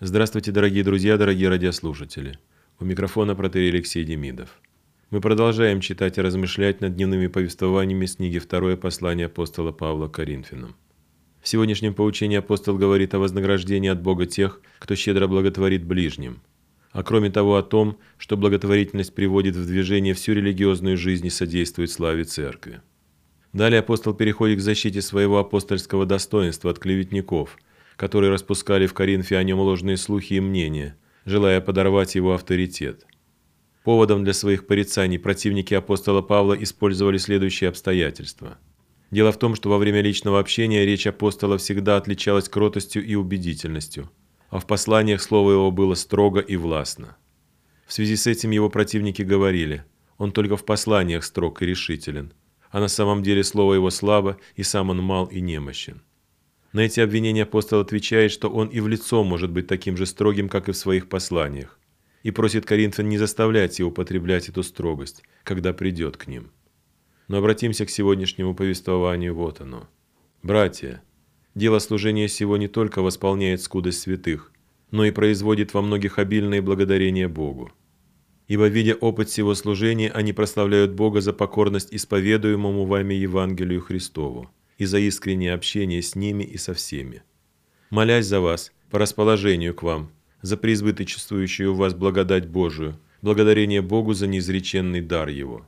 Здравствуйте, дорогие друзья, дорогие радиослушатели. У микрофона протоиерей Алексей Демидов. Мы продолжаем читать и размышлять над дневными повествованиями с книги «Второе послание апостола Павла к Коринфянам». В сегодняшнем поучении апостол говорит о вознаграждении от Бога тех, кто щедро благотворит ближним, а кроме того о том, что благотворительность приводит в движение всю религиозную жизнь и содействует славе Церкви. Далее апостол переходит к защите своего апостольского достоинства от клеветников, которые распускали в Коринфе о нем ложные слухи и мнения, желая подорвать его авторитет. Поводом для своих порицаний противники апостола Павла использовали следующие обстоятельства. Дело в том, что во время личного общения речь апостола всегда отличалась кротостью и убедительностью, а в посланиях слово его было строго и властно. В связи с этим его противники говорили: он только в посланиях строг и решителен, а на самом деле слово его слабо, и сам он мал и немощен. На эти обвинения апостол отвечает, что он и в лицо может быть таким же строгим, как и в своих посланиях, и просит коринфян не заставлять его употреблять эту строгость, когда придет к ним. Но обратимся к сегодняшнему повествованию, вот оно. «Братья, дело служения сего не только восполняет скудость святых, но и производит во многих обильное благодарение Богу. Ибо, видя опыт сего служения, они прославляют Бога за покорность исповедуемому вами Евангелию Христову и за искреннее общение с ними и со всеми. Молясь за вас, по расположению к вам, за преизбыточествующую у вас благодать Божию, благодарение Богу за неизреченный дар Его.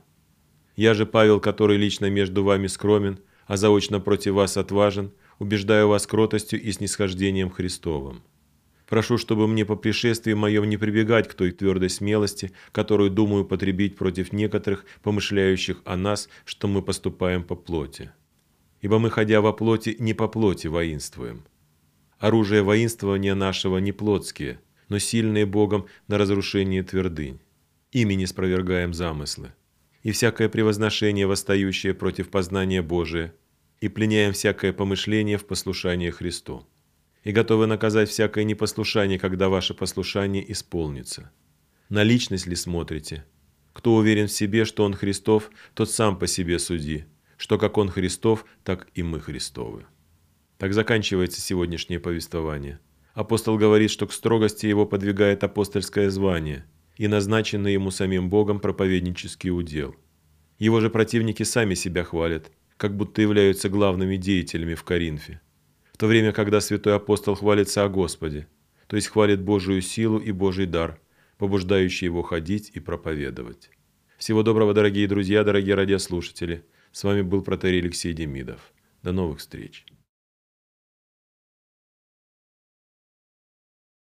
Я же, Павел, который лично между вами скромен, а заочно против вас отважен, убеждаю вас кротостью и снисхождением Христовым. Прошу, чтобы мне по пришествии моем не прибегать к той твердой смелости, которую думаю употребить против некоторых, помышляющих о нас, что мы поступаем по плоти. Ибо мы, ходя во плоти, не по плоти воинствуем. Оружие воинствования нашего не плотские, но сильные Богом на разрушение твердынь. Ими не спровергаем замыслы. И всякое превозношение, восстающее против познания Божия, и пленяем всякое помышление в послушание Христу. И готовы наказать всякое непослушание, когда ваше послушание исполнится. На личность ли смотрите? Кто уверен в себе, что он Христов, тот сам по себе суди, что как он Христов, так и мы Христовы». Так заканчивается сегодняшнее повествование. Апостол говорит, что к строгости его подвигает апостольское звание и назначенный ему самим Богом проповеднический удел. Его же противники сами себя хвалят, как будто являются главными деятелями в Коринфе, в то время, когда святой апостол хвалится о Господе, то есть хвалит Божию силу и Божий дар, побуждающий его ходить и проповедовать. Всего доброго, дорогие друзья, дорогие радиослушатели. С вами был протоиерей Алексей Демидов. До новых встреч.